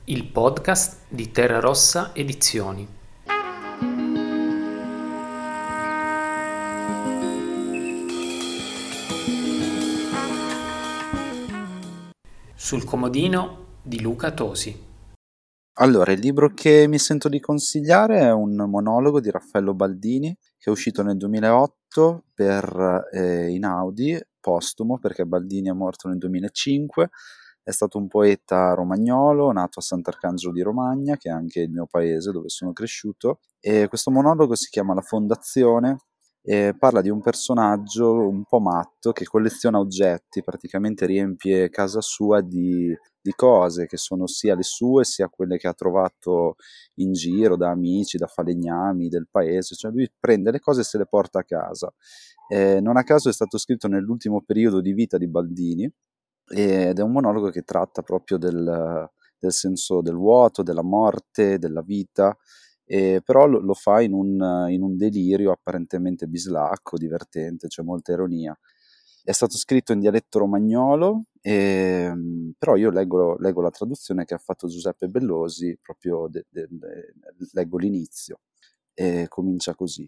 Il podcast di Terra Rossa Edizioni. Sul comodino di Luca Tosi. Allora, il libro che mi sento di consigliare è un monologo di Raffaello Baldini che è uscito nel 2008 per Inaudi, postumo perché Baldini è morto nel 2005. È stato un poeta romagnolo nato a Sant'Arcangelo di Romagna, che è anche il mio paese dove sono cresciuto, e questo monologo si chiama La Fondazione e parla di un personaggio un po' matto che colleziona oggetti, praticamente riempie casa sua di cose che sono sia le sue sia quelle che ha trovato in giro da amici, da falegnami del paese, cioè lui prende le cose e se le porta a casa. Non a caso è stato scritto nell'ultimo periodo di vita di Baldini ed è un monologo che tratta proprio del senso del vuoto, della morte, della vita, però lo fa in un delirio apparentemente bislacco, divertente, c'è molta ironia. È stato scritto in dialetto romagnolo, però io leggo la traduzione che ha fatto Giuseppe Bellosi, proprio leggo l'inizio, e comincia così.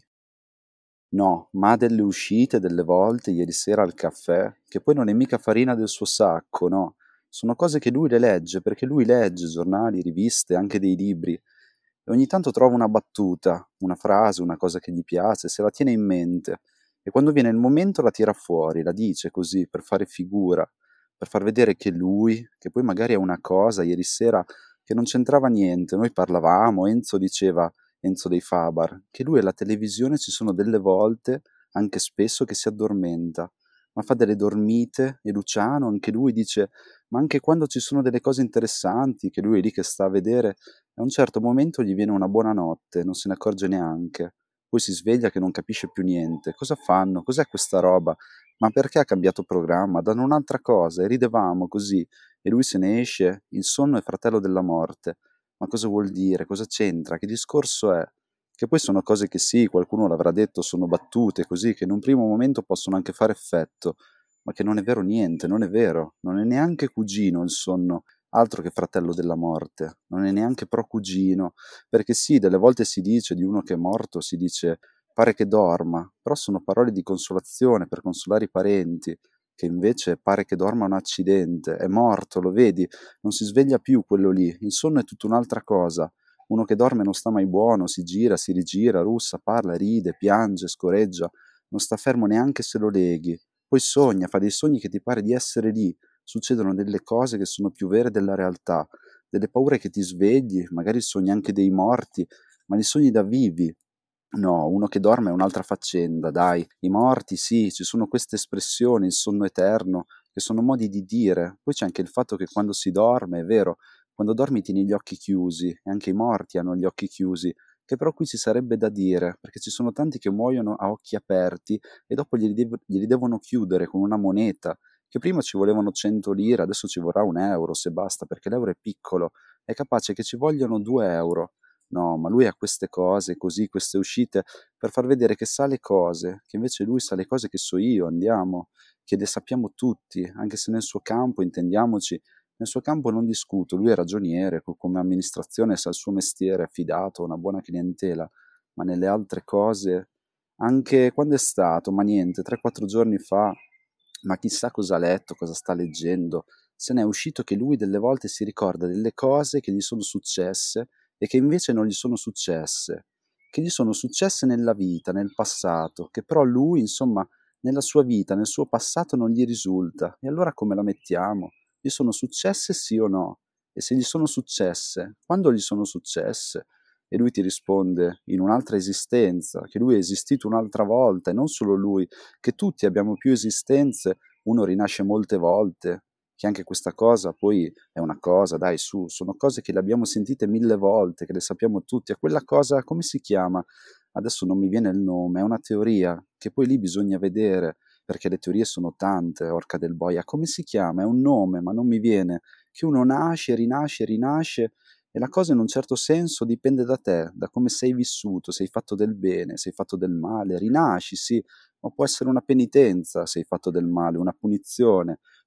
No, ma delle uscite, delle volte, ieri sera al caffè, che poi non è mica farina del suo sacco, no. Sono cose che lui le legge, perché lui legge giornali, riviste, anche dei libri. E ogni tanto trova una battuta, una frase, una cosa che gli piace, se la tiene in mente. E quando viene il momento la tira fuori, la dice così, per fare figura, per far vedere che lui, che poi magari è una cosa, ieri sera, che non c'entrava niente. Noi parlavamo, Enzo diceva Enzo dei Fabar, che lui alla televisione ci sono delle volte, anche spesso, che si addormenta, ma fa delle dormite e Luciano, anche lui dice, ma anche quando ci sono delle cose interessanti, che lui è lì che sta a vedere, a un certo momento gli viene una buona notte, non se ne accorge neanche, poi si sveglia che non capisce più niente, cosa fanno, cos'è questa roba, ma perché ha cambiato programma, danno un'altra cosa e ridevamo così, e lui se ne esce, il sonno è fratello della morte. Ma cosa vuol dire? Cosa c'entra? Che discorso è? Che poi sono cose che sì, qualcuno l'avrà detto, sono battute così, che in un primo momento possono anche fare effetto, ma che non è vero niente, non è vero. Non è neanche cugino il sonno, altro che fratello della morte, non è neanche pro cugino, perché sì, delle volte si dice di uno che è morto, si dice pare che dorma, però sono parole di consolazione per consolare i parenti, che invece pare che dorma un accidente, è morto, lo vedi, non si sveglia più quello lì, il sonno è tutta un'altra cosa. Uno che dorme non sta mai buono, si gira, si rigira, russa, parla, ride, piange, scoreggia, non sta fermo neanche se lo leghi. Poi sogna, fa dei sogni che ti pare di essere lì, succedono delle cose che sono più vere della realtà, delle paure che ti svegli, magari sogni anche dei morti, ma li sogni da vivi. No, uno che dorme è un'altra faccenda, dai. I morti, sì, ci sono queste espressioni, il sonno eterno, che sono modi di dire. Poi c'è anche il fatto che quando si dorme, è vero, quando dormi tieni gli occhi chiusi, e anche i morti hanno gli occhi chiusi, che però qui ci sarebbe da dire, perché ci sono tanti che muoiono a occhi aperti e dopo glieli devono chiudere con una moneta, che prima ci volevano 100 lire, adesso ci vorrà un euro se basta, perché l'euro è piccolo, è capace che ci vogliono 2 euro. No, ma lui ha queste cose così, queste uscite, per far vedere che sa le cose, che invece lui sa le cose che so io, andiamo, che le sappiamo tutti, anche se nel suo campo, intendiamoci, nel suo campo non discuto, lui è ragioniere, come amministrazione sa il suo mestiere, è affidato, ha una buona clientela, ma nelle altre cose, anche quando è stato, ma niente, 3-4 giorni fa, ma chissà cosa ha letto, cosa sta leggendo, se n'è uscito che lui delle volte si ricorda delle cose che gli sono successe e che invece non gli sono successe, che gli sono successe nella vita, nel passato, che però lui, insomma, nella sua vita, nel suo passato non gli risulta. E allora come la mettiamo? Gli sono successe sì o no? E se gli sono successe, quando gli sono successe? E lui ti risponde in un'altra esistenza, che lui è esistito un'altra volta e non solo lui, che tutti abbiamo più esistenze, uno rinasce molte volte, che anche questa cosa poi è una cosa, dai su, sono cose che le abbiamo sentite 1000 volte, che le sappiamo tutti, e quella cosa come si chiama? Adesso non mi viene il nome, è una teoria che poi lì bisogna vedere, perché le teorie sono tante, orca del boia, come si chiama? È un nome, ma non mi viene, che uno nasce, rinasce, rinasce, e la cosa in un certo senso dipende da te, da come sei vissuto, sei fatto del bene, sei fatto del male, rinasci, sì, ma può essere una penitenza se hai fatto del male, una punizione,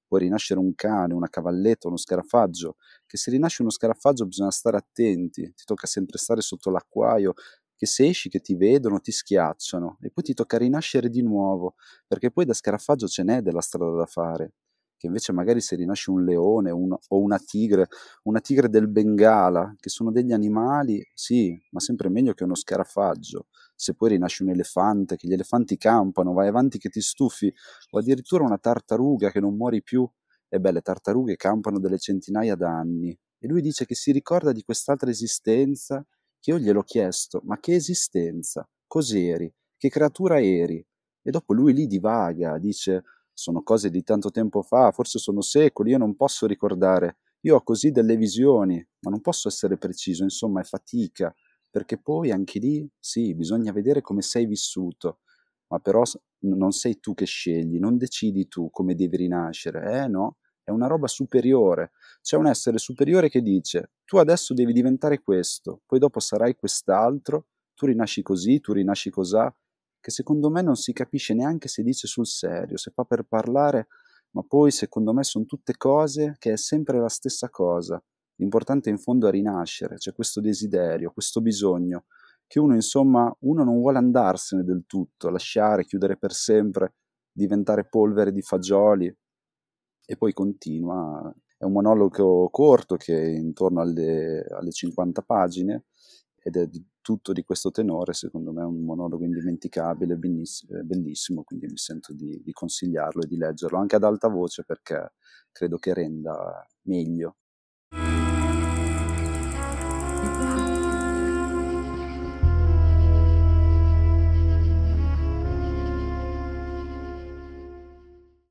può rinascere un cane, una cavalletta, uno scarafaggio, che se rinasce uno scarafaggio bisogna stare attenti, ti tocca sempre stare sotto l'acquaio, che se esci che ti vedono ti schiacciano e poi ti tocca rinascere di nuovo, perché poi da scarafaggio ce n'è della strada da fare, che invece magari se rinasce un leone o una tigre del Bengala, che sono degli animali, sì, ma sempre meglio che uno scarafaggio. Se poi rinasce un elefante, che gli elefanti campano, vai avanti che ti stufi, o addirittura una tartaruga che non muori più, e beh, le tartarughe campano delle centinaia d'anni. E lui dice che si ricorda di quest'altra esistenza, che io gliel'ho chiesto, ma che esistenza? Cos'eri? Che creatura eri? E dopo lui lì divaga, dice, sono cose di tanto tempo fa, forse sono secoli, io non posso ricordare. Io ho così delle visioni, ma non posso essere preciso, insomma, è fatica, perché poi anche lì, sì, bisogna vedere come sei vissuto, ma però non sei tu che scegli, non decidi tu come devi rinascere, no? È una roba superiore. C'è un essere superiore che dice, tu adesso devi diventare questo, poi dopo sarai quest'altro, tu rinasci così, tu rinasci cosà, che secondo me non si capisce neanche se dice sul serio, se fa per parlare, ma poi secondo me sono tutte cose che è sempre la stessa cosa. L'importante in fondo è rinascere, c'è questo desiderio, questo bisogno, che uno insomma, uno non vuole andarsene del tutto, lasciare, chiudere per sempre, diventare polvere di fagioli e poi continua. È un monologo corto che è intorno alle 50 pagine ed è di tutto di questo tenore, secondo me è un monologo indimenticabile, bellissimo, quindi mi sento di consigliarlo e di leggerlo anche ad alta voce perché credo che renda meglio.